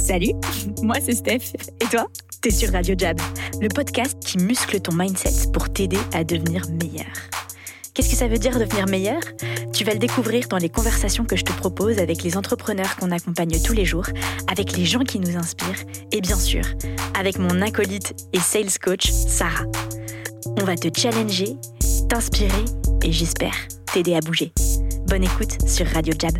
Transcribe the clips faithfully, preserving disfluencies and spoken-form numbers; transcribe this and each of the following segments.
Salut, moi c'est Steph. Et toi? T'es sur Radio Jab, le podcast qui muscle ton mindset pour t'aider à devenir meilleur. Qu'est-ce que ça veut dire devenir meilleur? Tu vas le découvrir dans les conversations que je te propose avec les entrepreneurs qu'on accompagne tous les jours, avec les gens qui nous inspirent et bien sûr, avec mon acolyte et sales coach, Sarah. On va te challenger, t'inspirer et j'espère t'aider à bouger. Bonne écoute sur Radio Jab.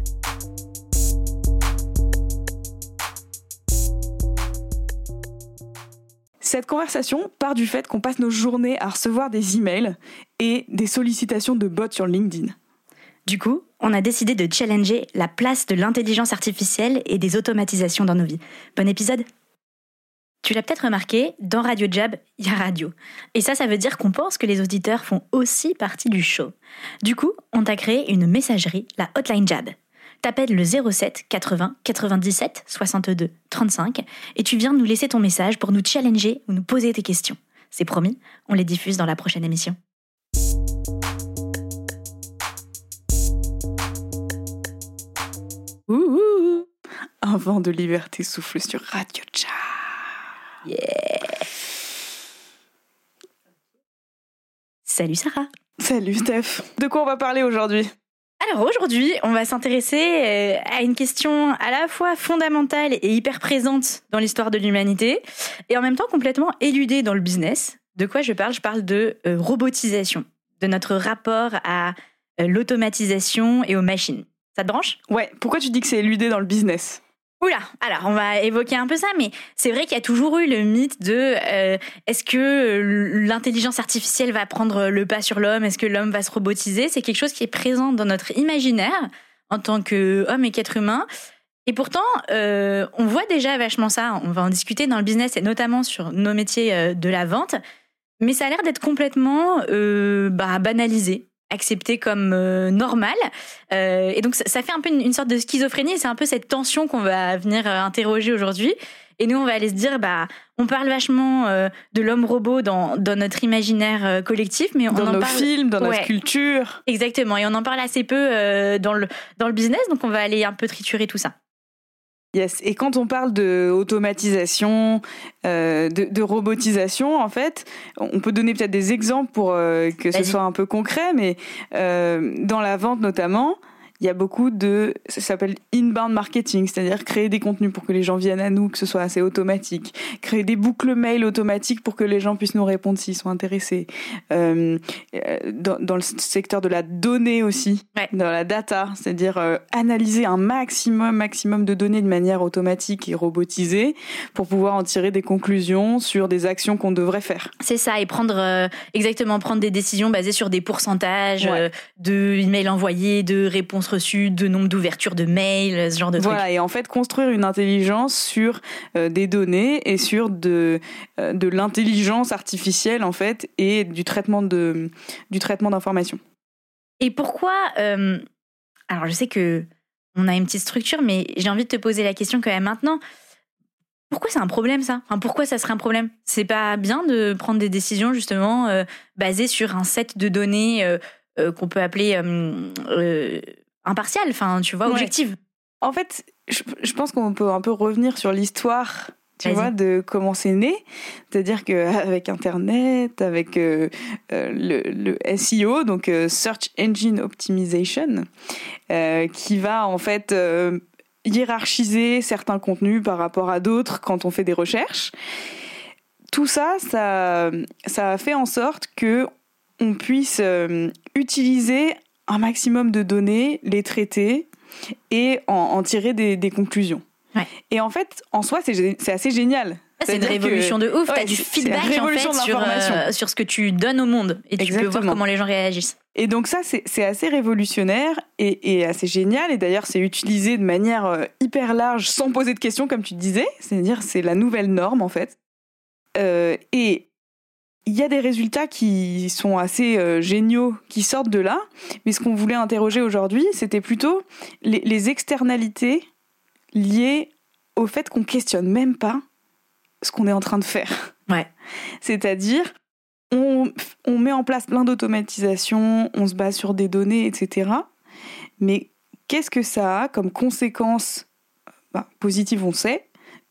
Cette conversation part du fait qu'on passe nos journées à recevoir des emails et des sollicitations de bots sur LinkedIn. Du coup, on a décidé de challenger la place de l'intelligence artificielle et des automatisations dans nos vies. Bon épisode! Tu l'as peut-être remarqué, dans Radio Jab, il y a radio. Et ça, ça veut dire qu'on pense que les auditeurs font aussi partie du show. Du coup, on t'a créé une messagerie, la Hotline Jab. T'appelles le zéro sept quatre-vingts quatre-vingt-dix-sept soixante-deux trente-cinq et tu viens nous laisser ton message pour nous challenger ou nous poser tes questions. C'est promis, on les diffuse dans la prochaine émission. Ouh, un vent de liberté souffle sur Radio Jab. Yeah. Salut Sarah. Salut Steph. De quoi on va parler aujourd'hui? Alors aujourd'hui, on va s'intéresser à une question à la fois fondamentale et hyper présente dans l'histoire de l'humanité et en même temps complètement éludée dans le business. De quoi je parle? Je parle de euh, robotisation, de notre rapport à euh, l'automatisation et aux machines. Ça te branche? Ouais, pourquoi tu dis que c'est éludé dans le business? Oula, alors on va évoquer un peu ça, mais c'est vrai qu'il y a toujours eu le mythe de euh, est-ce que l'intelligence artificielle va prendre le pas sur l'homme? Est-ce que l'homme va se robotiser? C'est quelque chose qui est présent dans notre imaginaire en tant qu'homme et qu'être humain. Et pourtant, euh, on voit déjà vachement ça. On va en discuter dans le business et notamment sur nos métiers euh, de la vente. Mais ça a l'air d'être complètement euh, bah, banalisé, accepté comme euh, normal. Euh, et donc, ça, ça fait un peu une, une sorte de schizophrénie. Et c'est un peu cette tension qu'on va venir euh, interroger aujourd'hui. Et nous, on va aller se dire, bah, on parle vachement euh, de l'homme-robot dans, dans notre imaginaire euh, collectif, mais on dans en nos parle... films, dans ouais. notre culture. Exactement. Et on en parle assez peu euh, dans, le, dans le business. Donc, on va aller un peu triturer tout ça. Yes. Et quand on parle de automatisation, euh, de, de robotisation, en fait, on peut donner peut-être des exemples pour euh, que Vas-y. ce soit un peu concret, mais euh, dans la vente notamment, il y a beaucoup de, ça s'appelle inbound marketing, c'est-à-dire créer des contenus pour que les gens viennent à nous, que ce soit assez automatique, créer des boucles mail automatiques pour que les gens puissent nous répondre s'ils sont intéressés. Euh, dans, dans le secteur de la donnée aussi, ouais. Dans la data, c'est-à-dire euh, analyser un maximum, maximum de données de manière automatique et robotisée pour pouvoir en tirer des conclusions sur des actions qu'on devrait faire. C'est ça, et prendre euh, exactement prendre des décisions basées sur des pourcentages ouais. euh, de emails envoyés, de réponses reçues, de nombre d'ouvertures de mails, ce genre de voilà, trucs. Voilà, et en fait, construire une intelligence sur euh, des données et sur de, euh, de l'intelligence artificielle, en fait, et du traitement, de, du traitement d'informations. Et pourquoi... Euh, alors, je sais que on a une petite structure, mais j'ai envie de te poser la question quand même maintenant. Pourquoi c'est un problème, ça? Enfin, pourquoi ça serait un problème? C'est pas bien de prendre des décisions, justement, euh, basées sur un set de données euh, euh, qu'on peut appeler... Euh, euh, impartial, enfin, tu vois, ouais. objective. En fait, je, je pense qu'on peut un peu revenir sur l'histoire, tu Vas-y. vois, de comment c'est né. C'est-à-dire qu'avec Internet, avec euh, euh, le, le S E O, donc euh, Search Engine Optimization, euh, qui va en fait euh, hiérarchiser certains contenus par rapport à d'autres quand on fait des recherches. Tout ça, ça, ça a fait en sorte que on puisse euh, utiliser un maximum de données, les traiter et en, en tirer des, des conclusions. Ouais. Et en fait, en soi, c'est, c'est assez génial. C'est une révolution que, de ouf. Ouais, t'as du feedback en fait, sur, euh, sur ce que tu donnes au monde et tu Exactement. peux voir comment les gens réagissent. Et donc ça, c'est, c'est assez révolutionnaire et, et assez génial. Et d'ailleurs, c'est utilisé de manière euh, hyper large, sans poser de questions, comme tu disais. C'est-à-dire, c'est la nouvelle norme en fait. Euh, et il y a des résultats qui sont assez euh, géniaux, qui sortent de là. Mais ce qu'on voulait interroger aujourd'hui, c'était plutôt les, les externalités liées au fait qu'on questionne même pas ce qu'on est en train de faire. Ouais. C'est-à-dire, on, on met en place plein d'automatisation, on se base sur des données, et cetera. Mais qu'est-ce que ça a comme conséquence bah, positive, on sait,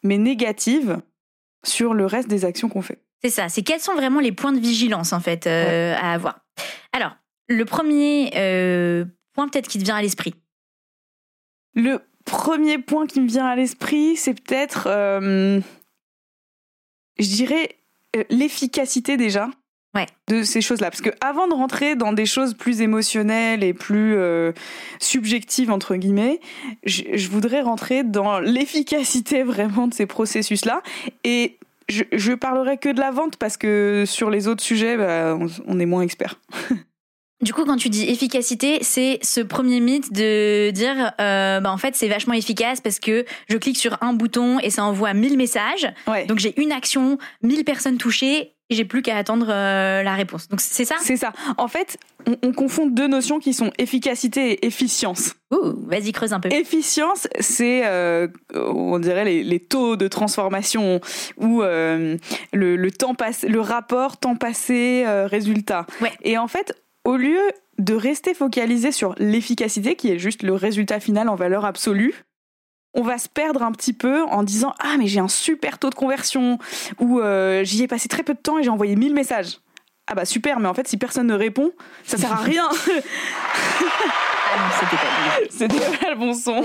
mais négative sur le reste des actions qu'on fait. C'est ça, c'est quels sont vraiment les points de vigilance en fait euh, ouais. à avoir. Alors, le premier euh, point peut-être qui te vient à l'esprit. Le premier point qui me vient à l'esprit, c'est peut-être, euh, je dirais, euh, l'efficacité déjà ouais. de ces choses-là. Parce qu'avant de rentrer dans des choses plus émotionnelles et plus euh, subjectives, entre guillemets, je, je voudrais rentrer dans l'efficacité vraiment de ces processus-là. Et je, je parlerai que de la vente parce que sur les autres sujets, bah, on, on est moins experts. Du coup, quand tu dis efficacité, c'est ce premier mythe de dire euh, bah en fait c'est vachement efficace parce que je clique sur un bouton et ça envoie mille messages. Ouais. Donc j'ai une action, mille personnes touchées et j'ai plus qu'à attendre euh, la réponse. Donc c'est ça ? C'est ça. En fait, on, on confond deux notions qui sont efficacité et efficience. Ouh, vas-y, creuse un peu. Efficience, c'est, euh, on dirait, les, les taux de transformation ou euh, le, le, temps passé, le rapport temps passé, euh, résultat. Ouais. Et en fait, au lieu de rester focalisé sur l'efficacité, qui est juste le résultat final en valeur absolue, on va se perdre un petit peu en disant « Ah, mais j'ai un super taux de conversion » ou euh, « J'y ai passé très peu de temps et j'ai envoyé mille messages. » Ah bah super, mais en fait, si personne ne répond, ça sert à rien. Ah non, c'était pas le C'était pas le bon son.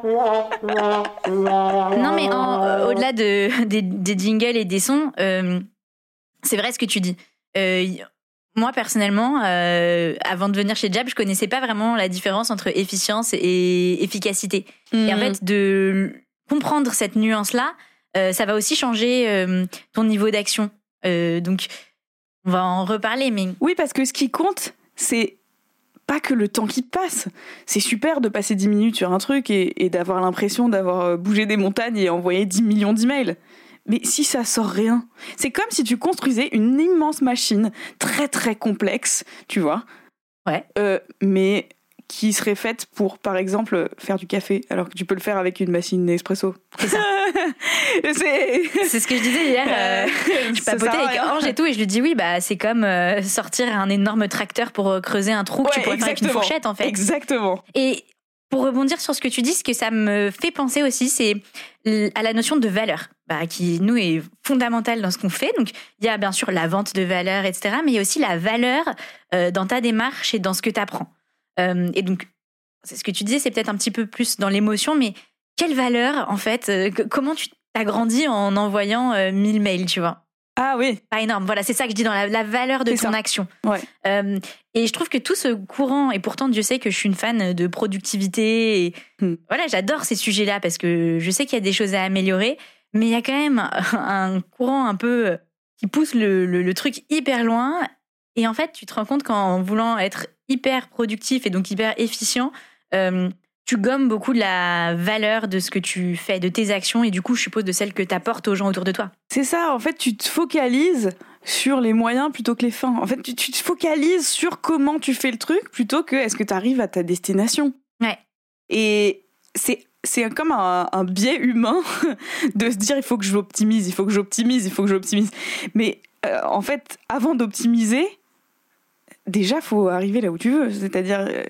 Non, mais en, euh, au-delà de, des, des jingles et des sons, euh, c'est vrai ce que tu dis. Euh, Moi, personnellement, euh, avant de venir chez Jab, je connaissais pas vraiment la différence entre efficience et efficacité. Mmh. Et en fait, de comprendre cette nuance-là, euh, ça va aussi changer euh, ton niveau d'action. Euh, donc, on va en reparler, mais... Oui, parce que ce qui compte, c'est pas que le temps qui passe. C'est super de passer dix minutes sur un truc et, et d'avoir l'impression d'avoir bougé des montagnes et envoyé dix millions d'emails. Mais si ça sort rien, c'est comme si tu construisais une immense machine très très complexe, tu vois. Ouais. Euh, mais qui serait faite pour, par exemple, faire du café, alors que tu peux le faire avec une machine Nespresso. C'est ça. c'est... c'est ce que je disais hier. Euh, je papotais avec Ange et tout, et je lui dis oui, bah c'est comme euh, sortir un énorme tracteur pour creuser un trou que ouais, tu pourrais exactement. faire avec une fourchette, en fait. Exactement. Et pour rebondir sur ce que tu dis, ce que ça me fait penser aussi, c'est à la notion de valeur, bah, qui, nous, est fondamentale dans ce qu'on fait. Donc, il y a bien sûr la vente de valeur, et cetera, mais il y a aussi la valeur euh, dans ta démarche et dans ce que tu apprends. Euh, et donc, c'est ce que tu disais, c'est peut-être un petit peu plus dans l'émotion, mais quelle valeur, en fait, euh, comment tu t'as grandi en envoyant euh, mille mails, tu vois ? Ah oui. Pas énorme. Voilà, c'est ça que je dis dans la, la valeur de c'est ton ça. action. Ouais. Euh, et je trouve que tout ce courant, et pourtant Dieu sait que je suis une fan de productivité, et hmm. voilà, j'adore ces sujets-là parce que je sais qu'il y a des choses à améliorer, mais il y a quand même un courant un peu qui pousse le, le, le truc hyper loin. Et en fait, tu te rends compte qu'en voulant être hyper productif et donc hyper efficient, euh, tu gommes beaucoup de la valeur de ce que tu fais, de tes actions, et du coup, je suppose, de celles que tu apportes aux gens autour de toi. C'est ça, en fait, tu te focalises sur les moyens plutôt que les fins. En fait, tu, tu te focalises sur comment tu fais le truc plutôt que est-ce que tu arrives à ta destination. Ouais. Et c'est, c'est comme un, un biais humain de se dire il faut que je l'optimise, il faut que j'optimise, il faut que j'optimise. Mais euh, en fait, avant d'optimiser, déjà, il faut arriver là où tu veux. C'est-à-dire... Euh,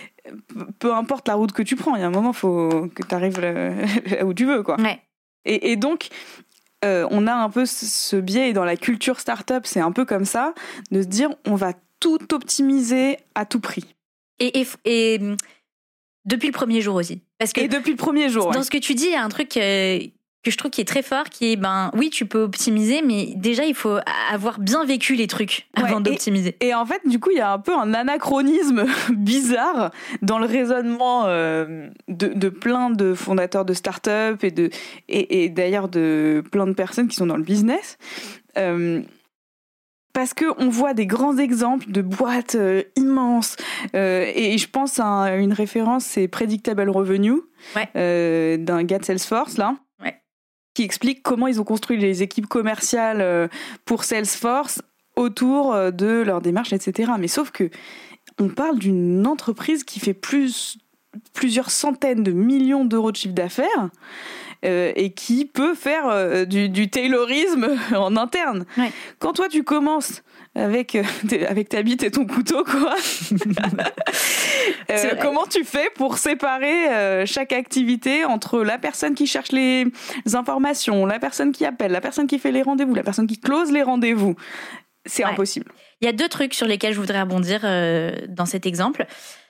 peu importe la route que tu prends, il y a un moment, il faut que tu arrives là, là où tu veux, quoi. Ouais. Et, et donc, euh, on a un peu ce biais, et dans la culture start-up, c'est un peu comme ça, de se dire, on va tout optimiser à tout prix. Et, et, et depuis le premier jour aussi. Parce que et depuis le premier jour, dans ouais. ce que tu dis, il y a un truc euh, que je trouve qui est très fort, qui est, ben oui, tu peux optimiser, mais déjà, il faut avoir bien vécu les trucs avant ouais, d'optimiser. Et, et en fait, du coup, il y a un peu un anachronisme bizarre dans le raisonnement euh, de, de plein de fondateurs de start-up et, de, et, et d'ailleurs de plein de personnes qui sont dans le business. Euh, Parce qu'on voit des grands exemples de boîtes euh, immenses. Euh, et je pense à une référence, c'est Predictable Revenue, ouais. euh, d'un gars de Salesforce, là. Qui explique comment ils ont construit les équipes commerciales pour Salesforce autour de leur démarche, et cetera. Mais sauf que on parle d'une entreprise qui fait plus, plusieurs centaines de millions d'euros de chiffre d'affaires euh, et qui peut faire euh, du, du taylorisme en interne. Ouais. Quand toi tu commences avec euh, avec ta bite et ton couteau, quoi. euh, comment tu fais pour séparer euh, chaque activité entre la personne qui cherche les informations, la personne qui appelle, la personne qui fait les rendez-vous, la personne qui close les rendez-vous? C'est ouais. impossible. Il y a deux trucs sur lesquels je voudrais rebondir euh, dans cet exemple.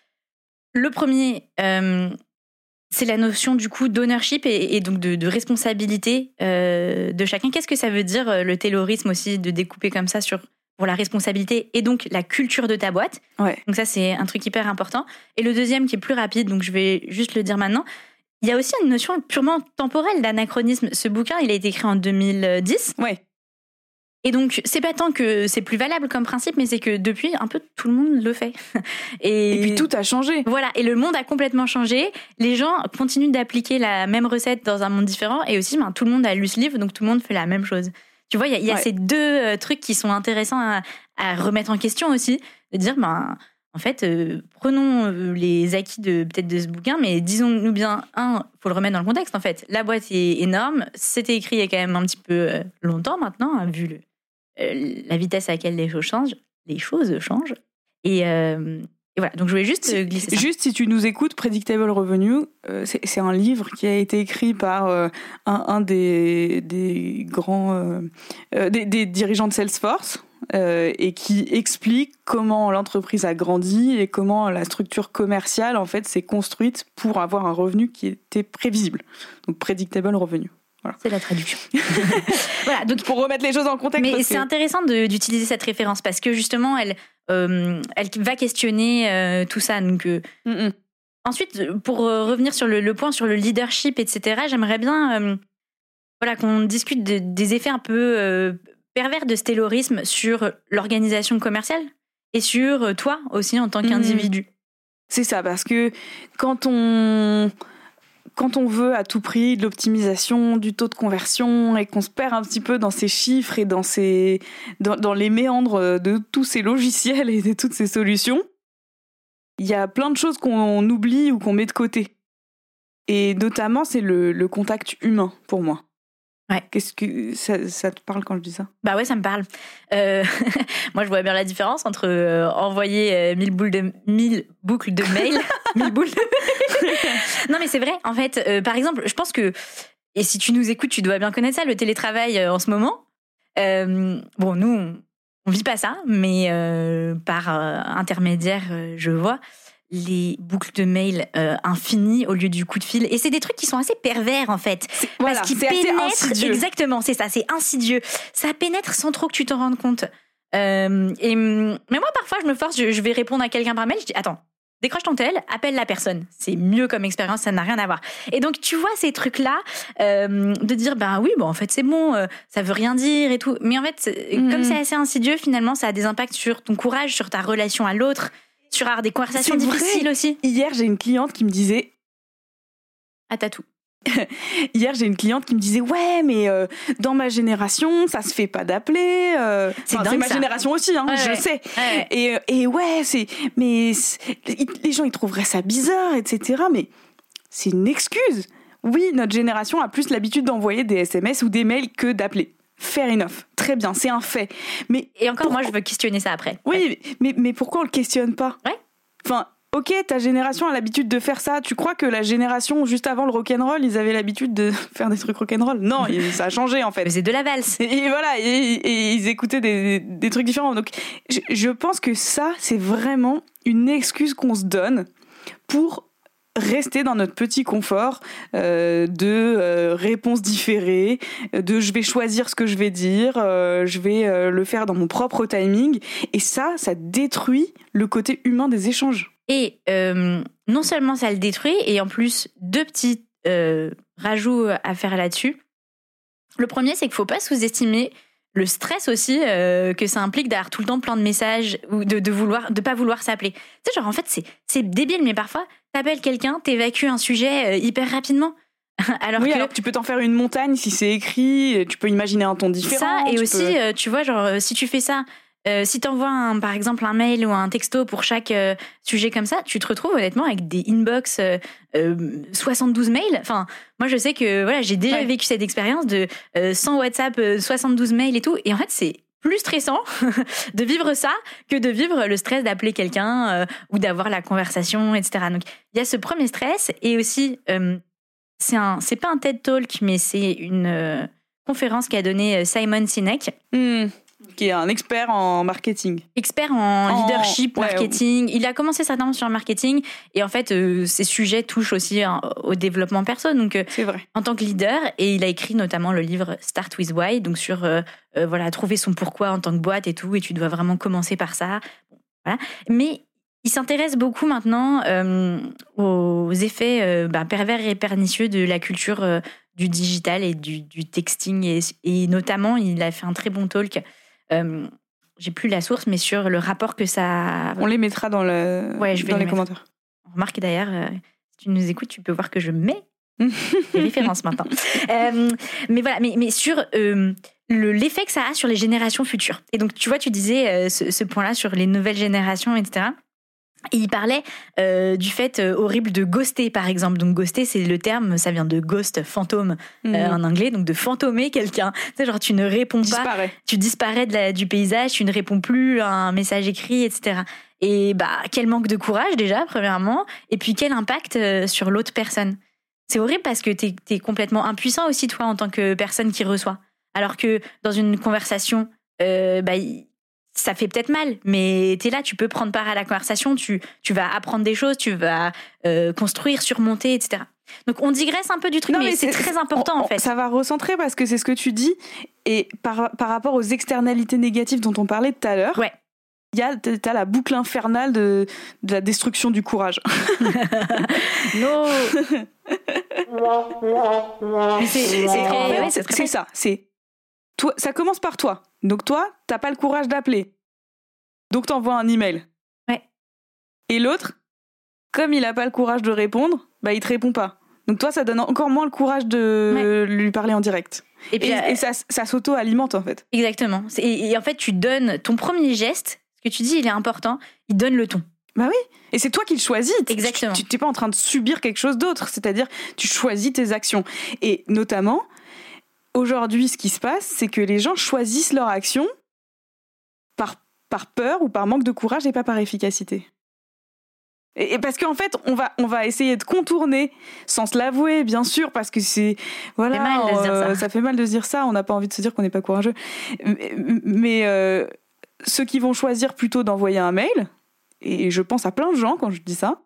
Le premier, euh, c'est la notion du coup d'ownership et, et donc de, de responsabilité euh, de chacun. Qu'est-ce que ça veut dire euh, le taylorisme aussi, de découper comme ça sur pour la responsabilité et donc la culture de ta boîte. Ouais. Donc ça, c'est un truc hyper important. Et le deuxième qui est plus rapide, donc je vais juste le dire maintenant, il y a aussi une notion purement temporelle d'anachronisme. Ce bouquin, il a été écrit en deux mille dix. Ouais. Et donc, c'est pas tant que c'est plus valable comme principe, mais c'est que depuis, un peu tout le monde le fait. Et, et puis tout a changé. Voilà, et le monde a complètement changé. Les gens continuent d'appliquer la même recette dans un monde différent. Et aussi, ben, tout le monde a lu ce livre, donc tout le monde fait la même chose. Tu vois, il y a, y a ouais. ces deux euh, trucs qui sont intéressants à, à remettre en question aussi. De dire, ben, en fait, euh, prenons euh, les acquis de peut-être de ce bouquin, mais disons-nous bien, un, faut le remettre dans le contexte, en fait. La boîte est énorme. C'était écrit il y a quand même un petit peu euh, longtemps maintenant, hein, vu le, euh, la vitesse à laquelle les choses changent. Les choses changent. Et... Euh, Et voilà, donc je voulais juste glisser ça. Juste si tu nous écoutes, Predictable Revenue, euh, c'est, c'est un livre qui a été écrit par euh, un, un des, des grands euh, euh, des, des dirigeants de Salesforce euh, et qui explique comment l'entreprise a grandi et comment la structure commerciale en fait s'est construite pour avoir un revenu qui était prévisible. Donc Predictable Revenue. Voilà. C'est la traduction. Voilà, donc pour remettre les choses en contexte. Mais parce c'est que... intéressant de, d'utiliser cette référence parce que justement, elle, euh, elle va questionner euh, tout ça. Donc, euh... ensuite, pour euh, revenir sur le, le point sur le leadership, et cetera, j'aimerais bien, euh, voilà, qu'on discute de, des effets un peu euh, pervers de ce taylorisme sur l'organisation commerciale et sur toi aussi en tant qu'individu. Mmh. C'est ça, parce que quand on Quand on veut à tout prix de l'optimisation, du taux de conversion et qu'on se perd un petit peu dans ces chiffres et dans, ces, dans, dans les méandres de tous ces logiciels et de toutes ces solutions, il y a plein de choses qu'on oublie ou qu'on met de côté. Et notamment, c'est le, le contact humain pour moi. Ouais. Qu'est-ce que ça, ça te parle quand je dis ça? Bah ouais, ça me parle. Euh, moi, je vois bien la différence entre euh, envoyer euh, mille boules de mille boucles de mail, mille boules. De... non, mais c'est vrai. En fait, euh, par exemple, je pense que et si tu nous écoutes, tu dois bien connaître ça, le télétravail euh, en ce moment. Euh, bon, nous, on, on vit pas ça, mais euh, par euh, intermédiaire, euh, je vois les boucles de mail euh, infinies au lieu du coup de fil. Et c'est des trucs qui sont assez pervers, en fait. C'est, voilà, parce qu'ils c'est pénètrent, assez insidieux. Exactement, c'est ça, c'est insidieux. Ça pénètre sans trop que tu t'en rendes compte. Euh, et, mais moi, parfois, je me force, je, je vais répondre à quelqu'un par mail, je dis, attends, décroche ton tel, appelle la personne. C'est mieux comme expérience, ça n'a rien à voir. Et donc, tu vois ces trucs-là, euh, de dire, ben oui, bon, en fait, c'est bon, euh, ça veut rien dire et tout. Mais en fait, mmh. comme c'est assez insidieux, finalement, ça a des impacts sur ton courage, sur ta relation à l'autre, sur avoir des conversations c'est difficiles vrai. Aussi. Hier, j'ai une cliente qui me disait... À ta tout. Hier, j'ai une cliente qui me disait ouais, mais euh, dans ma génération, ça se fait pas d'appeler. Euh... C'est, enfin, dingue, c'est ma ça. génération aussi, hein, ouais, je ouais. sais. Ouais. Et, et ouais, c'est mais c'est... les gens ils trouveraient ça bizarre, et cetera. Mais c'est une excuse. Oui, notre génération a plus l'habitude d'envoyer des S M S ou des mails que d'appeler. Fair enough, très bien, c'est un fait. Mais et encore, pourquoi... moi, je veux questionner ça après. Oui, ouais. mais mais pourquoi on le questionne pas? Ouais. Enfin. Ok, ta génération a l'habitude de faire ça. Tu crois que la génération juste avant le rock'n'roll, ils avaient l'habitude de faire des trucs rock'n'roll? Non, ça a changé en fait. Mais c'est de la valse. Et, et voilà, et, et ils écoutaient des, des trucs différents. Donc, je, je pense que ça, c'est vraiment une excuse qu'on se donne pour rester dans notre petit confort euh, de euh, réponses différées, de je vais choisir ce que je vais dire, euh, je vais euh, le faire dans mon propre timing. Et ça, ça détruit le côté humain des échanges. Et euh, non seulement ça le détruit, et en plus, deux petits euh, rajouts à faire là-dessus. Le premier, c'est qu'il ne faut pas sous-estimer le stress aussi euh, que ça implique d'avoir tout le temps plein de messages ou de de vouloir de pas vouloir s'appeler. Tu sais, genre en fait, c'est, c'est débile, mais parfois, t'appelles quelqu'un, t'évacues un sujet euh, hyper rapidement. Alors oui, que alors tu peux t'en faire une montagne si c'est écrit, tu peux imaginer un ton différent. Ça, et tu aussi, peux... euh, tu vois, genre, si tu fais ça Euh, si tu envoies un, par exemple un mail ou un texto pour chaque euh, sujet comme ça, tu te retrouves honnêtement avec des inbox euh, euh, soixante-douze mails. Enfin, moi je sais que voilà, j'ai déjà ouais. vécu cette expérience de euh, cent WhatsApp, euh, soixante-douze mails et tout. Et en fait, c'est plus stressant de vivre ça que de vivre le stress d'appeler quelqu'un euh, ou d'avoir la conversation, et cetera. Donc il y a ce premier stress et aussi euh, c'est un, c'est pas un TED Talk, mais c'est une euh, conférence qu'a donnée Simon Sinek. Mmh. Qui est un expert en marketing. Expert en, en... leadership, marketing. Ouais, ouais. Il a commencé certainement sur le marketing et en fait, euh, ces sujets touchent aussi hein, au développement perso. Donc, euh, c'est vrai. En tant que leader, et il a écrit notamment le livre Start with Why, donc sur euh, euh, voilà trouver son pourquoi en tant que boîte et tout, et tu dois vraiment commencer par ça. Bon, voilà. Mais il s'intéresse beaucoup maintenant euh, aux effets euh, bah, pervers et pernicieux de la culture euh, du digital et du, du texting et, et notamment, il a fait un très bon talk. Euh, j'ai plus la source, mais sur le rapport que ça... On les mettra dans, le... ouais, je vais dans les, les commentaires. On remarque d'ailleurs, euh, si tu nous écoutes, tu peux voir que je mets des références maintenant. Euh, mais voilà, mais, mais sur euh, le, l'effet que ça a sur les générations futures. Et donc, tu vois, tu disais euh, ce, ce point-là sur les nouvelles générations, et cetera. Et il parlait euh, du fait euh, horrible de ghoster, par exemple. Donc, ghoster, c'est le terme, ça vient de ghost, fantôme, mmh. euh, en anglais. Donc, de fantômer quelqu'un. Tu sais, genre, tu ne réponds Disparais. pas. Tu disparais de la, du paysage, tu ne réponds plus à un message écrit, et cetera. Et bah, quel manque de courage, déjà, premièrement. Et puis, quel impact euh, sur l'autre personne. C'est horrible parce que t'es, t'es complètement impuissant aussi, toi, en tant que personne qui reçoit. Alors que dans une conversation, euh, bah, ça fait peut-être mal, mais t'es là, tu peux prendre part à la conversation, tu, tu vas apprendre des choses, tu vas euh, construire, surmonter, et cetera. Donc on digresse un peu du truc, non, mais, mais c'est, c'est très important on, en fait. Ça va recentrer parce que c'est ce que tu dis, et par, par rapport aux externalités négatives dont on parlait tout à l'heure, ouais. Il y a t'as la boucle infernale de, de la destruction du courage. Non. c'est, c'est, très, en fait, ouais, c'est, c'est, c'est ça. C'est toi, ça commence par toi. Donc toi, t'as pas le courage d'appeler. Donc t'envoies un email. Ouais. Et l'autre, comme il a pas le courage de répondre, bah il te répond pas. Donc toi, ça donne encore moins le courage de ouais. lui parler en direct. Et, puis, et, euh, et ça, ça s'auto-alimente en fait. Exactement. Et, et en fait, tu donnes ton premier geste. Ce que tu dis, il est important. Il donne le ton. Bah oui. Et c'est toi qui le choisis. Exactement. Tu n'es pas en train de subir quelque chose d'autre. C'est-à-dire, tu choisis tes actions. Et notamment, aujourd'hui, ce qui se passe, c'est que les gens choisissent leur action par, par peur ou par manque de courage et pas par efficacité. Et, et parce qu'en fait, on va, on va essayer de contourner, sans se l'avouer, bien sûr, parce que c'est... Voilà, ça fait mal de se dire ça. Euh, ça fait mal de se dire ça. On n'a pas envie de se dire qu'on n'est pas courageux. Mais... mais euh, ceux qui vont choisir plutôt d'envoyer un mail, et je pense à plein de gens quand je dis ça,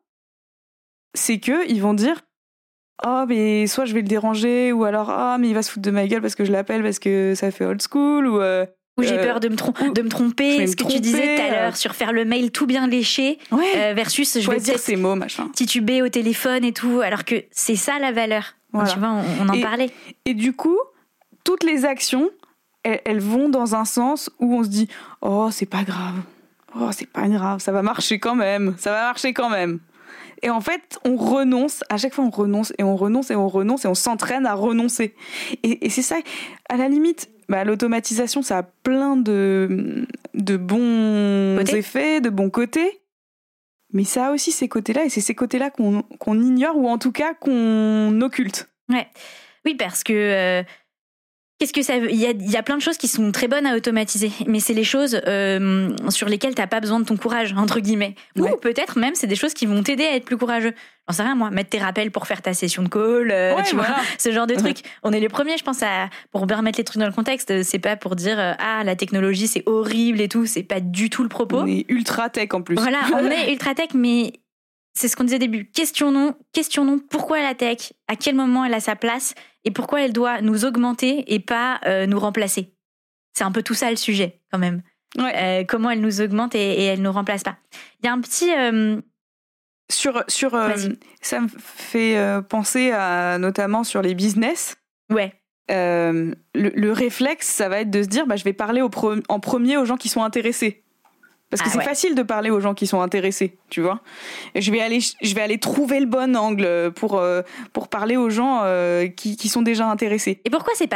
c'est qu'ils vont dire « Oh, mais soit je vais le déranger, ou alors « Oh, mais il va se foutre de ma gueule parce que je l'appelle, parce que ça fait old school, ou... Euh, » Ou j'ai euh, peur de me, trom- de me tromper, ce que tromper, tu disais tout à l'heure, euh... sur faire le mail tout bien léché, ouais. euh, versus je vais dire ces mots, machin. tituber au téléphone et tout, alors que c'est ça la valeur. Voilà. Tu vois, on, on en et, parlait. Et du coup, toutes les actions, elles, elles vont dans un sens où on se dit « Oh, c'est pas grave. Oh, c'est pas grave. Ça va marcher quand même. Ça va marcher quand même. » Et en fait, on renonce. À chaque fois, on renonce et on renonce et on renonce et on s'entraîne à renoncer. Et, et c'est ça, à la limite... Bah, l'automatisation, ça a plein de, de bons Côté. effets, de bons côtés. Mais ça a aussi ces côtés-là, et c'est ces côtés-là qu'on, qu'on ignore, ou en tout cas qu'on occulte. Ouais. Oui, parce que... Euh, qu'est-ce que ça veut ? Il y a, il y a plein de choses qui sont très bonnes à automatiser, mais c'est les choses euh, sur lesquelles t'as pas besoin de ton courage, entre guillemets. Ouais. Ou peut-être même, c'est des choses qui vont t'aider à être plus courageux. J'en sais rien, moi, mettre tes rappels pour faire ta session de call, euh, ouais, tu voilà. vois, ce genre de trucs. On est les premiers, je pense, à, pour bien remettre les trucs dans le contexte. C'est pas pour dire, euh, ah, la technologie, c'est horrible et tout. C'est pas du tout le propos. On est ultra tech en plus. Voilà, on est ultra tech, mais c'est ce qu'on disait au début. Questionnons, questionnons pourquoi la tech, à quel moment elle a sa place et pourquoi elle doit nous augmenter et pas euh, nous remplacer. C'est un peu tout ça le sujet, quand même. Ouais. Euh, comment elle nous augmente et, et elle nous remplace pas. Il y a un petit... Euh... Sur, sur, euh, ça me fait euh, penser à, notamment sur les business. Ouais. Euh, le, le réflexe, ça va être de se dire, bah, je vais parler au pro- en premier aux gens qui sont intéressés. Parce que ah, c'est ouais. facile de parler aux gens qui sont intéressés, tu vois. Et je vais aller, je vais aller trouver le bon angle pour, euh, pour parler aux gens euh, qui, qui sont déjà intéressés. Et pourquoi c'est pas bien ça ?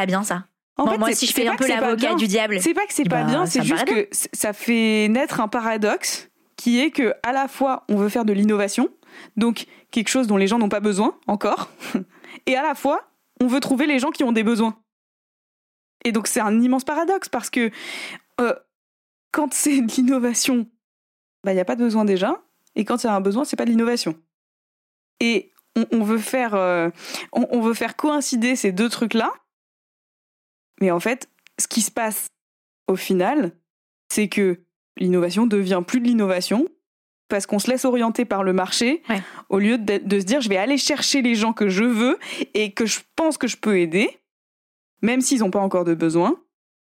En bon, fait, moi, c'est, si je c'est fais pas un que peu c'est pas l'avocat bien. du diable. C'est pas que c'est Eh pas ben, bien, ça c'est me juste paraît que c- ça fait naître un paradoxe qui est que à la fois on veut faire de l'innovation, donc quelque chose dont les gens n'ont pas besoin encore, et à la fois on veut trouver les gens qui ont des besoins. Et donc c'est un immense paradoxe parce que euh, quand c'est de l'innovation, bah il y a pas de besoin déjà, et quand il y a un besoin, c'est pas de l'innovation. Et on, on veut faire, euh, on, on veut faire coïncider ces deux trucs-là, mais en fait, ce qui se passe au final, c'est que l'innovation devient plus de l'innovation parce qu'on se laisse orienter par le marché ouais. au lieu de, de se dire je vais aller chercher les gens que je veux et que je pense que je peux aider, même s'ils n'ont pas encore de besoin.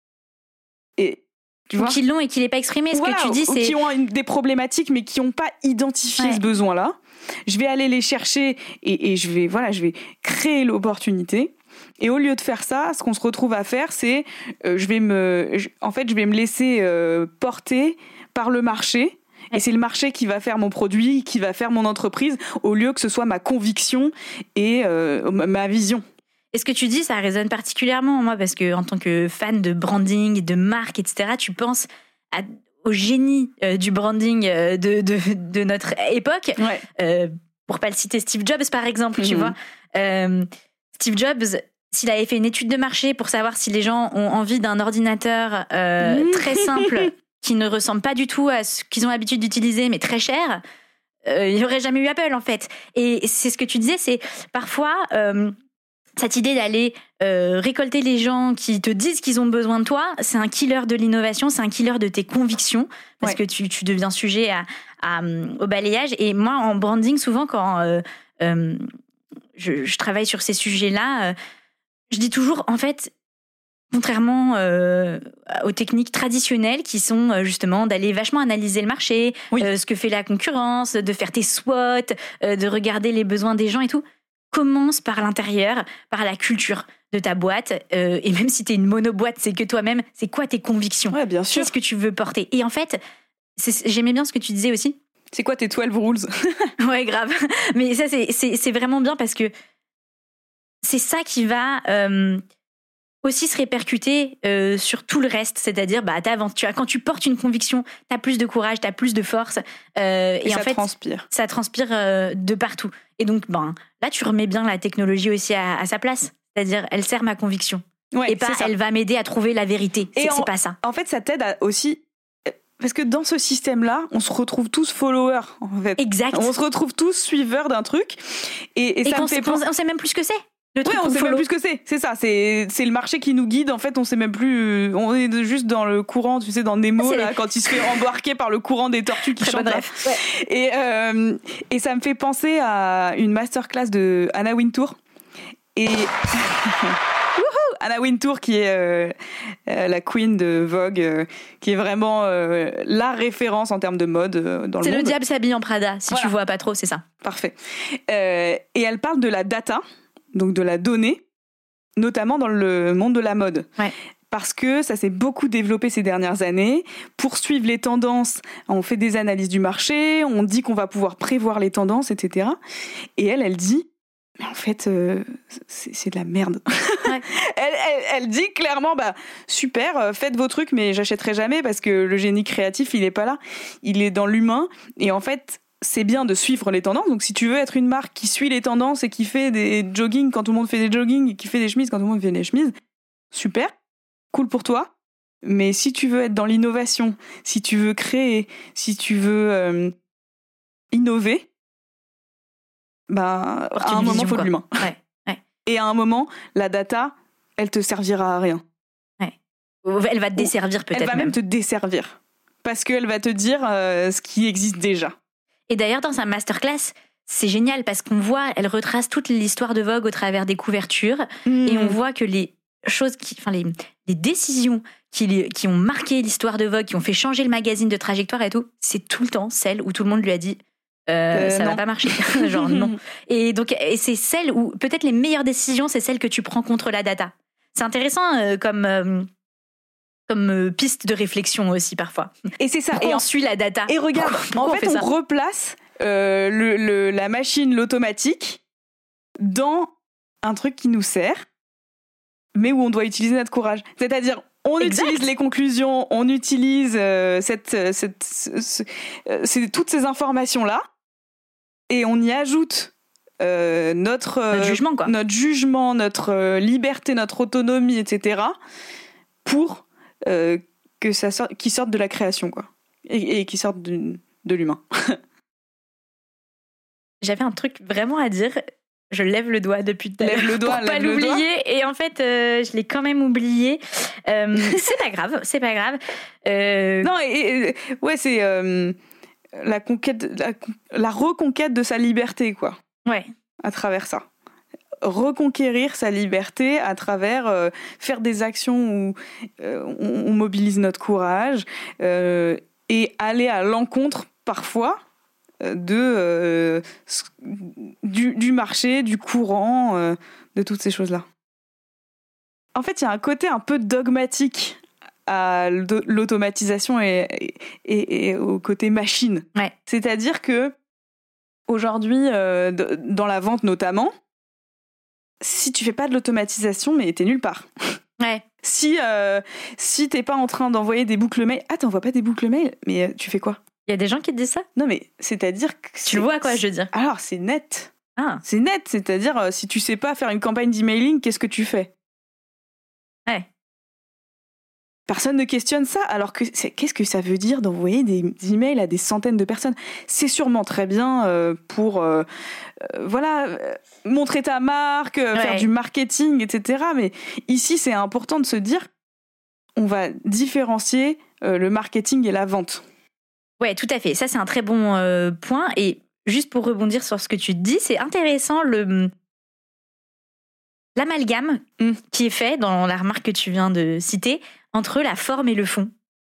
Et tu ou vois, qu'ils l'ont et qu'il n'est pas exprimé. Ce voilà, que tu dis, ou c'est qui ont une, des problématiques mais qui n'ont pas identifié ouais. ce besoin-là. Je vais aller les chercher et, et je vais voilà, je vais créer l'opportunité. Et au lieu de faire ça, ce qu'on se retrouve à faire, c'est euh, je vais me, je, en fait, je vais me laisser euh, porter par le marché. Et c'est le marché qui va faire mon produit, qui va faire mon entreprise, au lieu que ce soit ma conviction et euh, ma vision. Et ce que tu dis, ça résonne particulièrement en moi parce que en tant que fan de branding, de marque, et cetera, tu penses à, au génie euh, du branding euh, de, de, de notre époque. Ouais. Euh, pour pas le citer, Steve Jobs par exemple, mmh. tu vois. Euh, Steve Jobs, s'il avait fait une étude de marché pour savoir si les gens ont envie d'un ordinateur euh, mmh. très simple, qui ne ressemble pas du tout à ce qu'ils ont l'habitude d'utiliser, mais très cher, euh, il n'y aurait jamais eu Apple en fait. Et c'est ce que tu disais, c'est parfois euh, cette idée d'aller euh, récolter les gens qui te disent qu'ils ont besoin de toi, c'est un killer de l'innovation, c'est un killer de tes convictions, parce ouais. que tu, tu deviens sujet à, à, au balayage. Et moi, en branding, souvent, quand euh, euh, je, je travaille sur ces sujets-là, euh, je dis toujours, en fait, contrairement euh, aux techniques traditionnelles qui sont euh, justement d'aller vachement analyser le marché, oui. euh, ce que fait la concurrence, de faire tes SWOT, euh, de regarder les besoins des gens et tout, commence par l'intérieur, par la culture de ta boîte. Euh, et même si t'es une monoboîte, c'est que toi-même, c'est quoi tes convictions ? Ouais, bien sûr. Qu'est-ce que tu veux porter ? Et en fait, c'est, j'aimais bien ce que tu disais aussi. C'est quoi tes douze rules ? Ouais, grave. Mais ça, c'est, c'est, c'est vraiment bien parce que c'est ça qui va... Euh, aussi se répercuter euh, sur tout le reste, c'est-à-dire bah tu as, quand tu portes une conviction, t'as plus de courage, t'as plus de force euh, et, et en ça fait transpire. ça transpire euh, de partout. Et donc ben là tu remets bien la technologie aussi à, à sa place, c'est-à-dire elle sert ma conviction ouais, et pas elle va m'aider à trouver la vérité. C'est, et en, c'est pas ça. En fait, ça t'aide à aussi parce que dans ce système-là, on se retrouve tous followers en fait. Exact. On se retrouve tous suiveurs d'un truc et, et, et ça me fait penser... on sait même plus ce que c'est. Le truc ouais, on sait follow. Même plus ce que c'est. C'est ça. C'est c'est le marché qui nous guide. En fait, on sait même plus. On est juste dans le courant. Tu sais, dans Nemo là, quand il se fait embarquer par le courant des tortues qui chantent. Bref. Ouais. Et euh, et ça me fait penser à une masterclass de Anna Wintour. Et Anna Wintour qui est euh, euh, la queen de Vogue, euh, qui est vraiment euh, la référence en termes de mode euh, dans c'est le monde. C'est le diable s'habille en Prada. Si voilà. Tu vois pas trop, c'est ça. Parfait. Euh, et elle parle de la data. Donc de la donnée, notamment dans le monde de la mode. Ouais. Parce que ça s'est beaucoup développé ces dernières années. Pour suivre les tendances, on fait des analyses du marché, on dit qu'on va pouvoir prévoir les tendances, et cetera. Et elle, elle dit, mais en fait, euh, c'est, c'est de la merde. Ouais. elle, elle, elle dit clairement, bah super, faites vos trucs, mais j'achèterai jamais parce que le génie créatif, il est pas là. Il est dans l'humain. Et en fait, c'est bien de suivre les tendances. Donc, si tu veux être une marque qui suit les tendances et qui fait des jogging quand tout le monde fait des jogging et qui fait des chemises quand tout le monde fait des chemises, super, cool pour toi. Mais si tu veux être dans l'innovation, si tu veux créer, si tu veux euh, innover, bah, à un moment, il faut de l'humain. Ouais, ouais. Et à un moment, la data, elle te servira à rien. Ouais. Elle va te desservir peut-être. Elle va même, même te desservir. Parce qu'elle va te dire euh, ce qui existe déjà. Et d'ailleurs, dans sa masterclass, c'est génial parce qu'on voit, elle retrace toute l'histoire de Vogue au travers des couvertures mmh. et on voit que les choses, qui, enfin les, les décisions qui, qui ont marqué l'histoire de Vogue, qui ont fait changer le magazine de trajectoire et tout, c'est tout le temps celle où tout le monde lui a dit euh, euh, ça non. va pas marcher, genre non. Et donc, et c'est celle où peut-être les meilleures décisions, c'est celles que tu prends contre la data. C'est intéressant euh, comme euh, comme euh, piste de réflexion aussi parfois. Et c'est ça. Pourquoi et on en... suit la data. Et regarde, en fait, on, on replace euh, le, le, la machine, l'automatique, dans un truc qui nous sert. mais où on doit utiliser notre courage. C'est-à-dire, on exact. utilise les conclusions, on utilise euh, cette, cette, ce, ce, euh, c'est, toutes ces informations-là, et on y ajoute euh, notre, euh, notre jugement, quoi. notre jugement, notre euh, liberté, notre autonomie, et cetera, pour euh, que ça sorte, qu'ils sortent de la création, quoi, et, et qu'ils sortent de, de l'humain. J'avais un truc vraiment à dire. Je lève le doigt depuis tout à l'heure lève le doigt, pour pas l'oublier. Et en fait, euh, je l'ai quand même oublié. Euh, c'est pas grave, c'est pas grave. Euh... Non, et, et, ouais, c'est euh, la conquête, la, la reconquête de sa liberté, quoi. Ouais. À travers ça. Reconquérir sa liberté à travers euh, faire des actions où euh, on, on mobilise notre courage euh, et aller à l'encontre, parfois, de euh, du, du marché, du courant, euh, de toutes ces choses-là. En fait, il y a un côté un peu dogmatique à l'automatisation et, et, et au côté machine. Ouais. C'est-à-dire que aujourd'hui, euh, dans la vente notamment, si tu fais pas de l'automatisation, mais t'es nulle part. Ouais. Si euh, si t'es pas en train d'envoyer des boucles mail, ah t'envoies pas des boucles mail, mais euh, tu fais quoi? Il y a des gens qui te disent ça? Non, mais c'est-à-dire que... Tu le vois, quoi, je veux dire. Alors, c'est net. Ah. C'est net, c'est-à-dire, euh, si tu sais pas faire une campagne d'emailing, qu'est-ce que tu fais? Ouais. Personne ne questionne ça, alors que c'est... qu'est-ce que ça veut dire d'envoyer des, des emails à des centaines de personnes? C'est sûrement très bien euh, pour, euh, euh, voilà, euh, montrer ta marque, euh, ouais. faire du marketing, et cetera. Mais ici, c'est important de se dire, on va différencier euh, le marketing et la vente. Ouais, tout à fait. Ça, c'est un très bon euh, point. Et juste pour rebondir sur ce que tu dis, c'est intéressant le l'amalgame mm. qui est fait dans la remarque que tu viens de citer entre la forme et le fond.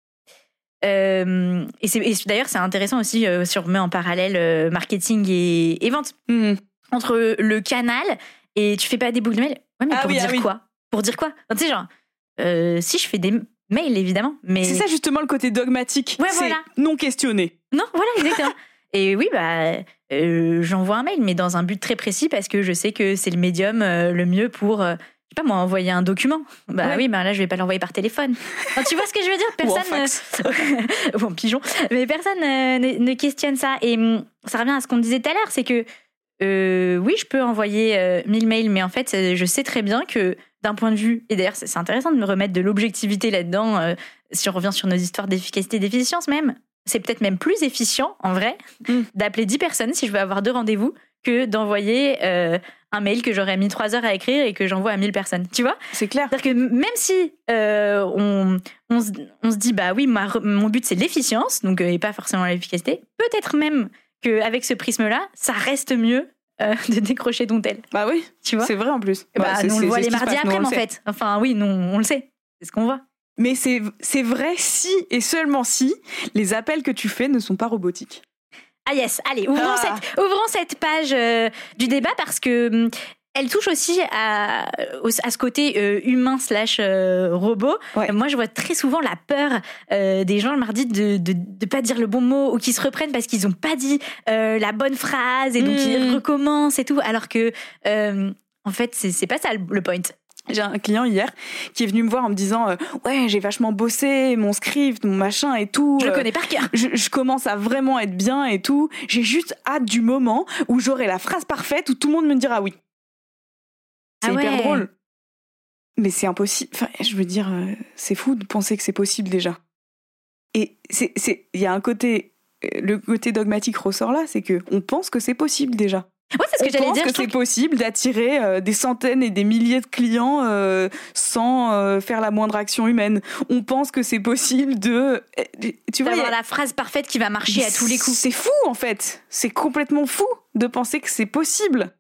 Euh, et, c'est, et d'ailleurs, c'est intéressant aussi euh, si on remet en parallèle euh, marketing et, et vente. Mm. Entre le canal et tu fais pas des boucles de mail. Ouais, mais ah pour oui, dire ah oui. quoi? Pour dire quoi? Enfin, tu sais, genre, euh, si je fais des mail, évidemment. Mais... C'est ça justement le côté dogmatique. Ouais, c'est voilà. non questionné. Non, voilà, exactement. Et oui, bah, euh, j'envoie un mail, mais dans un but très précis parce que je sais que c'est le médium euh, le mieux pour, euh, je sais pas moi, envoyer un document. Bah ouais. oui, bah là, je vais pas l'envoyer par téléphone. Enfin, tu vois ce que je veux dire? Personne. Ou en fax. Euh... Ou en pigeon. Mais personne euh, ne, ne questionne ça. Et ça revient à ce qu'on disait tout à l'heure, c'est que euh, oui, je peux envoyer euh, mille mails, mais en fait, je sais très bien que d'un point de vue, et d'ailleurs, c'est intéressant de me remettre de l'objectivité là-dedans, euh, si on revient sur nos histoires d'efficacité et d'efficience même, c'est peut-être même plus efficient, en vrai, mm. d'appeler dix personnes si je veux avoir deux rendez-vous que d'envoyer euh, un mail que j'aurais mis trois heures à écrire et que j'envoie à mille personnes. Tu vois? C'est clair. C'est-à-dire que même si euh, on, on, se, on se dit, bah oui, ma, mon but, c'est l'efficience, donc, euh, et pas forcément l'efficacité, peut-être même qu'avec ce prisme-là, ça reste mieux Euh, de décrocher ton tel. Bah oui, tu vois. C'est vrai en plus. Bah, bah, c'est, nous on le voit les mardis après, en sait. fait. Enfin, oui, nous on le sait. C'est ce qu'on voit. Mais c'est, c'est vrai si et seulement si les appels que tu fais ne sont pas robotiques. Ah yes, allez, ouvrons, ah. cette, ouvrons cette page euh, du débat parce que hum, elle touche aussi à, à ce côté euh, humain slash euh, robot. Ouais. Moi, je vois très souvent la peur euh, des gens le mardi de, de de pas dire le bon mot ou qui se reprennent parce qu'ils ont pas dit euh, la bonne phrase et donc mmh. ils recommencent et tout. Alors que euh, en fait, c'est c'est pas ça le point. J'ai un client hier qui est venu me voir en me disant euh, ouais, j'ai vachement bossé mon script, mon machin et tout. Je le connais par cœur. Je, je commence à vraiment être bien et tout. J'ai juste hâte du moment où j'aurai la phrase parfaite où tout le monde me dira oui. C'est ah hyper ouais. drôle. Mais c'est impossible. Enfin, je veux dire, euh, c'est fou de penser que c'est possible déjà. Et c'est, c'est, il y a un côté, le côté dogmatique ressort là, c'est que on pense que c'est possible déjà. Ouais, c'est ce que on j'allais pense dire. que c'est que... possible d'attirer euh, des centaines et des milliers de clients euh, sans euh, faire la moindre action humaine. On pense que c'est possible de, tu vois, d'avoir a... la phrase parfaite qui va marcher Mais à tous les coups. C'est fou en fait. C'est complètement fou de penser que c'est possible.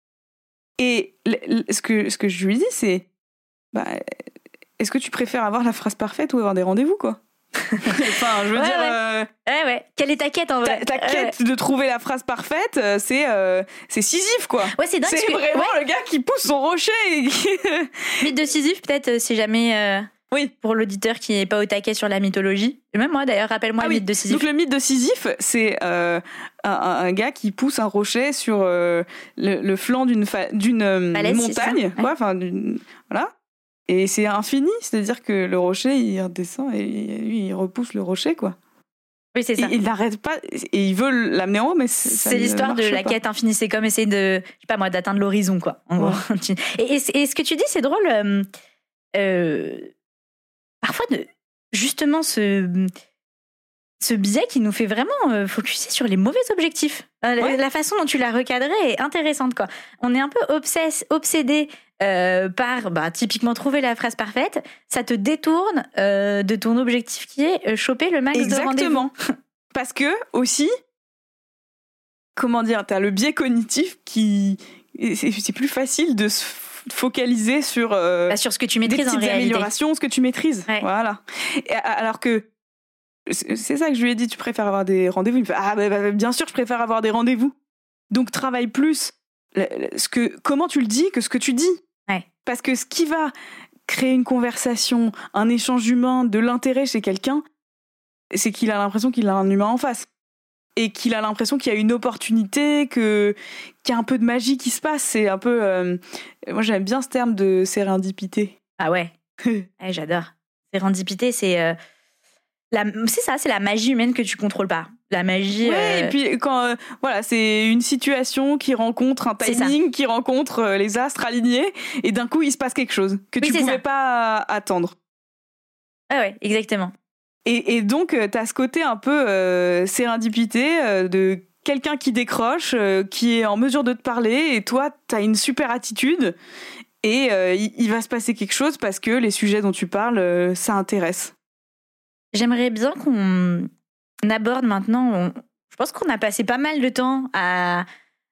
Et ce que, ce que je lui dis, c'est bah, est-ce que tu préfères avoir la phrase parfaite ou avoir des rendez-vous, quoi? Enfin, je veux ouais, dire... Ouais. Euh, ouais, ouais. Quelle est ta quête, en vrai? Ta, ta ouais, quête ouais. de trouver la phrase parfaite, c'est, euh, c'est Sisyphe, quoi. Ouais, c'est dingue. C'est que... vraiment ouais. le gars qui pousse son rocher. Et qui... Mythe de Sisyphe, peut-être, si jamais... Euh... Oui. Pour l'auditeur qui n'est pas au taquet sur la mythologie. Et même moi, d'ailleurs, rappelle-moi ah le oui. mythe de Sisyphe. Donc, le mythe de Sisyphe, c'est euh, un, un gars qui pousse un rocher sur euh, le, le flanc d'une, fa... d'une euh, Falaise, montagne. ouais. Quoi, enfin, d'une... Voilà. Et c'est infini, c'est-à-dire que le rocher, il redescend et lui, il repousse le rocher, quoi. Oui, c'est ça. Et il n'arrête pas, et ils veulent l'amener en haut, mais c'est, c'est l'histoire de la pas. quête infinie. C'est comme essayer de, je sais pas moi, d'atteindre l'horizon, quoi. En ouais. gros. Et, et, et ce que tu dis, c'est drôle. Euh, euh, parfois, de, justement, ce, ce biais qui nous fait vraiment euh, focuser sur les mauvais objectifs. Euh, ouais. La façon dont tu l'as recadré est intéressante, quoi. On est un peu obsesse, obsédé euh, par, bah, typiquement, trouver la phrase parfaite. Ça te détourne euh, de ton objectif qui est euh, choper le max Exactement. de rendez-vous. Parce que, aussi, comment dire, t'as le biais cognitif qui... C'est, c'est plus facile de se focaliser sur... Euh, bah, sur ce que tu maîtrises, des petites en réalité. améliorations, ce que tu maîtrises. Ouais. Voilà. Et, alors que... C'est ça que je lui ai dit, tu préfères avoir des rendez-vous. Il me fait, ah bah, bah, bien sûr, je préfère avoir des rendez-vous. Donc, travaille plus ce que, comment tu le dis que ce que tu dis. Ouais. Parce que ce qui va créer une conversation, un échange humain, de l'intérêt chez quelqu'un, c'est qu'il a l'impression qu'il a un humain en face. Et qu'il a l'impression qu'il y a une opportunité, que, qu'il y a un peu de magie qui se passe. C'est un peu... Euh, moi, j'aime bien ce terme de sérendipité. Ah ouais, ouais j'adore. Sérendipité, c'est... Euh... La, c'est ça, c'est la magie humaine que tu contrôles pas. La magie. Ouais, euh... et puis quand euh, voilà, c'est une situation qui rencontre un timing, qui rencontre euh, les astres alignés, et d'un coup il se passe quelque chose que oui, tu pouvais ça. pas attendre. Ah ouais, exactement. Et, et donc euh, t'as ce côté un peu euh, sérendipité euh, de quelqu'un qui décroche, euh, qui est en mesure de te parler, et toi t'as une super attitude, et euh, il, il va se passer quelque chose parce que les sujets dont tu parles, euh, ça intéresse. J'aimerais bien qu'on aborde maintenant, on, je pense qu'on a passé pas mal de temps à,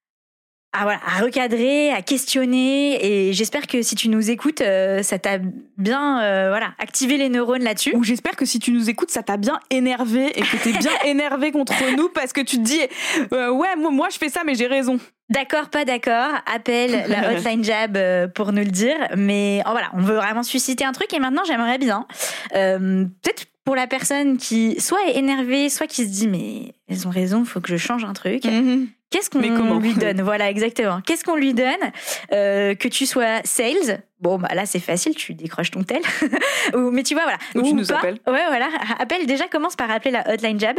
à, voilà, à recadrer, à questionner, et j'espère que si tu nous écoutes, euh, ça t'a bien euh, voilà, activé les neurones là-dessus. Ou j'espère que si tu nous écoutes, ça t'a bien énervé et que t'es bien énervé contre nous parce que tu te dis euh, ouais, moi, moi je fais ça mais j'ai raison. D'accord, pas d'accord, appelle la hotline Jab euh, pour nous le dire, mais oh, voilà, on veut vraiment susciter un truc, et maintenant j'aimerais bien, euh, peut-être pour la personne qui soit est énervée, soit qui se dit mais elles ont raison, il faut que je change un truc. Mm-hmm. Qu'est-ce qu'on lui donne ? Voilà, exactement. Qu'est-ce qu'on lui donne ? euh, Que tu sois sales, bon bah là c'est facile, tu décroches ton tel. Ou, mais tu vois voilà. Ou, Ou tu nous pas. appelles. Ouais voilà, appelle déjà, commence par appeler la hotline Jab.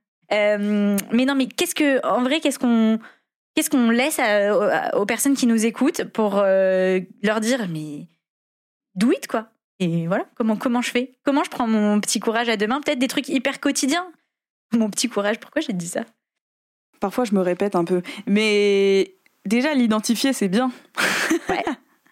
euh, mais non mais qu'est-ce que en vrai qu'est-ce qu'on qu'est-ce qu'on laisse à, aux personnes qui nous écoutent pour euh, leur dire mais do it quoi. Et voilà, comment, comment je fais ? Comment je prends mon petit courage à deux mains ? Peut-être des trucs hyper quotidiens. Mon petit courage, pourquoi j'ai dit ça ? Parfois, je me répète un peu. Mais déjà, l'identifier, c'est bien. Ouais.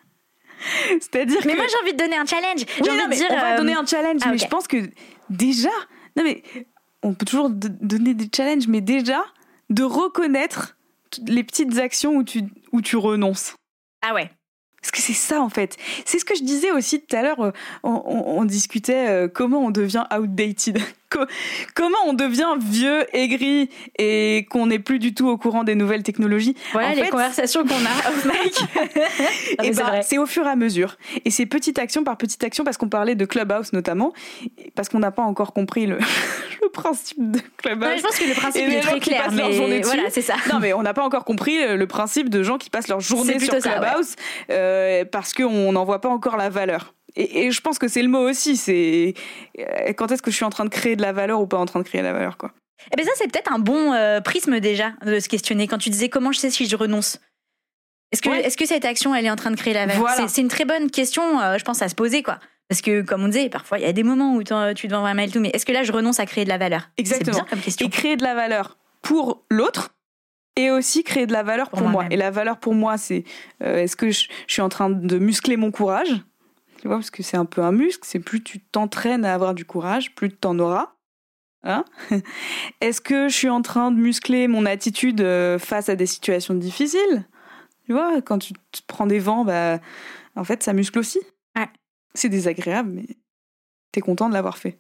C'est-à-dire mais que... moi, j'ai envie de donner un challenge. J'ai oui, envie non, de dire... On va euh... donner un challenge, ah, mais okay. Je pense que déjà... Non, mais on peut toujours d- donner des challenges, mais déjà, de reconnaître les petites actions où tu, où tu renonces. Ah ouais. Parce que c'est ça, en fait. C'est ce que je disais aussi tout à l'heure. On, on, on discutait euh, comment on devient outdated. Co- comment on devient vieux, aigri, et qu'on n'est plus du tout au courant des nouvelles technologies. Voilà en les fait, conversations qu'on a off mic. Et bah, c'est, c'est au fur et à mesure. Et c'est petite action par petite action, parce qu'on parlait de Clubhouse notamment, parce qu'on n'a pas encore compris le, le principe de Clubhouse. Ouais, je pense que le principe est très clair, mais voilà, c'est ça. Non, mais on n'a pas encore compris le principe de gens qui passent leur journée sur Clubhouse, ça, ouais. euh, parce qu'on n'en voit pas encore la valeur. Et, et je pense que c'est le mot aussi, c'est quand est-ce que je suis en train de créer de la valeur ou pas en train de créer de la valeur, quoi. Eh ben ça, c'est peut-être un bon euh, prisme déjà de se questionner. Quand tu disais comment je sais si je renonce, est-ce que, ouais. est-ce que cette action elle est en train de créer la valeur, voilà. c'est, c'est une très bonne question, euh, je pense, à se poser, quoi. Parce que, comme on disait, parfois il y a des moments où tu dois envoyer un mail tout, mais est-ce que là je renonce à créer de la valeur ? Exactement. C'est bien comme question. Et créer de la valeur pour l'autre. Et aussi créer de la valeur pour, pour moi. Et la valeur pour moi, c'est euh, est-ce que je, je suis en train de muscler mon courage ? Tu vois, parce que c'est un peu un muscle, c'est plus tu t'entraînes à avoir du courage, plus tu en auras. Hein ? Est-ce que je suis en train de muscler mon attitude face à des situations difficiles ? Tu vois, quand tu te prends des vents, bah, en fait, ça muscle aussi. Ouais. C'est désagréable, mais t'es content de l'avoir fait.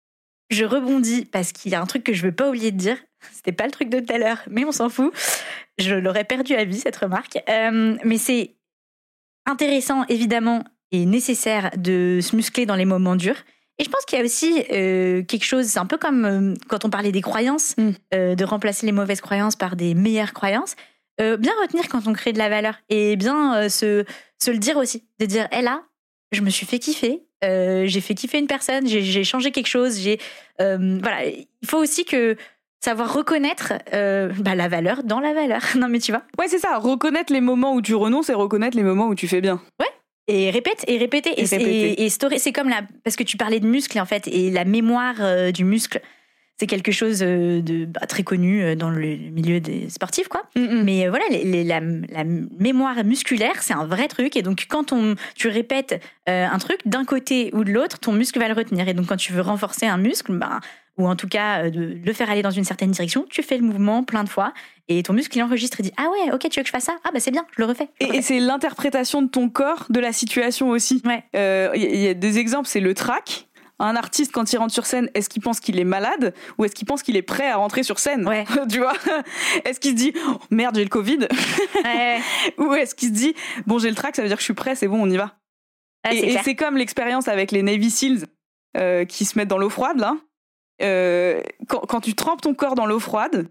Je rebondis parce qu'il y a un truc que je veux pas oublier de dire. C'était pas le truc de tout à l'heure, mais on s'en fout. Je l'aurais perdu à vie, cette remarque. Euh, mais c'est intéressant, évidemment, et nécessaire de se muscler dans les moments durs. Et je pense qu'il y a aussi euh, quelque chose, c'est un peu comme euh, quand on parlait des croyances, mm. euh, de remplacer les mauvaises croyances par des meilleures croyances. Euh, bien retenir quand on crée de la valeur et bien euh, se, se le dire aussi, de dire, hé hey, là, je me suis fait kiffer. Euh, j'ai fait kiffer une personne, j'ai, j'ai changé quelque chose. J'ai, euh, voilà, il faut aussi que savoir reconnaître euh, bah, la valeur dans la valeur. Non, mais tu vois. Ouais, c'est ça. Reconnaître les moments où tu renonces et reconnaître les moments où tu fais bien. Ouais. Et répète, et répéter. Et, et, répéter. et, et story, c'est comme la. Parce que tu parlais de muscles, en fait, et la mémoire euh, du muscle, c'est quelque chose de bah, très connu dans le milieu des sportifs, quoi. Mm-mm. Mais euh, voilà, les, les, la, la mémoire musculaire, c'est un vrai truc. Et donc, quand on, tu répètes euh, un truc d'un côté ou de l'autre, ton muscle va le retenir. Et donc, quand tu veux renforcer un muscle, bah, ou en tout cas de le faire aller dans une certaine direction, tu fais le mouvement plein de fois et ton muscle il enregistre et dit ah ouais, ok, tu veux que je fasse ça, ah bah c'est bien, je le refais, je le et, et c'est l'interprétation de ton corps de la situation aussi. Il ouais. euh, y, y a des exemples, c'est le track. Un artiste, quand il rentre sur scène, est-ce qu'il pense qu'il est malade ou est-ce qu'il pense qu'il est prêt à rentrer sur scène? Ouais. Tu vois? Est-ce qu'il se dit oh, merde, j'ai le Covid? Ouais. Ou est-ce qu'il se dit bon, j'ai le track, ça veut dire que je suis prêt, c'est bon, on y va? Ouais, et, c'est et c'est comme l'expérience avec les Navy Seals euh, qui se mettent dans l'eau froide, là. Euh, quand, quand tu trempes ton corps dans l'eau froide,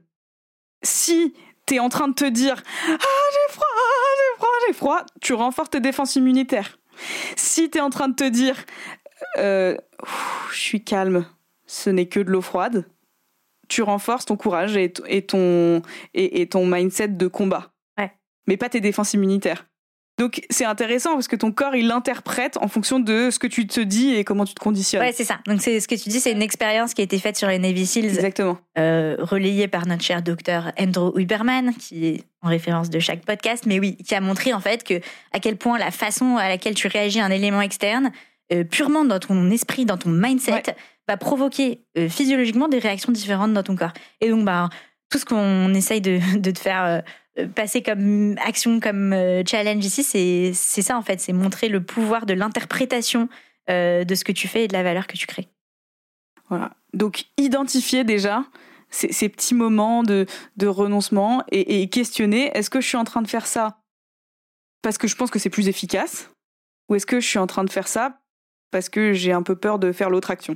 si t'es en train de te dire ah j'ai froid, j'ai froid, j'ai froid, tu renforces tes défenses immunitaires. Si t'es en train de te dire euh, je suis calme, ce n'est que de l'eau froide, tu renforces ton courage et, et ton et, et ton mindset de combat. Ouais. Mais pas tes défenses immunitaires. Donc c'est intéressant parce que ton corps il l'interprète en fonction de ce que tu te dis et comment tu te conditionnes. Ouais, c'est ça. Donc c'est ce que tu dis, c'est une expérience qui a été faite sur les Navy Seals. Exactement. Euh, relayée par notre cher docteur Andrew Huberman, qui est en référence de chaque podcast, mais oui, qui a montré en fait que à quel point la façon à laquelle tu réagis à un élément externe, euh, purement dans ton esprit, dans ton mindset, ouais. va provoquer euh, physiologiquement des réactions différentes dans ton corps. Et donc bah tout ce qu'on essaye de, de te faire euh, passer comme action, comme euh, challenge ici, c'est, c'est ça en fait, c'est montrer le pouvoir de l'interprétation euh, de ce que tu fais et de la valeur que tu crées. Voilà. Donc identifier déjà ces, ces petits moments de, de renoncement et, et questionner, est-ce que je suis en train de faire ça parce que je pense que c'est plus efficace ou est-ce que je suis en train de faire ça parce que j'ai un peu peur de faire l'autre action.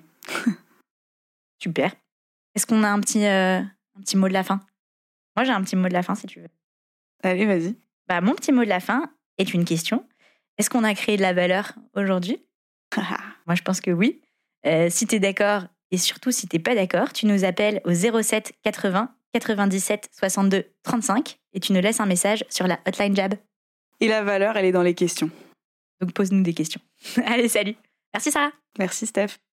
Super. Est-ce qu'on a un petit, euh, un petit mot de la fin? Moi j'ai un petit mot de la fin si tu veux. Allez, vas-y. Bah, mon petit mot de la fin est une question. Est-ce qu'on a créé de la valeur aujourd'hui? Moi, je pense que oui. Euh, si tu es d'accord, et surtout si tu n'es pas d'accord, tu nous appelles au zéro sept quatre-vingts quatre-vingt-dix-sept soixante-deux trente-cinq et tu nous laisses un message sur la hotline Jab. Et la valeur, elle est dans les questions. Donc, pose-nous des questions. Allez, salut. Merci, Sarah. Merci, Steph.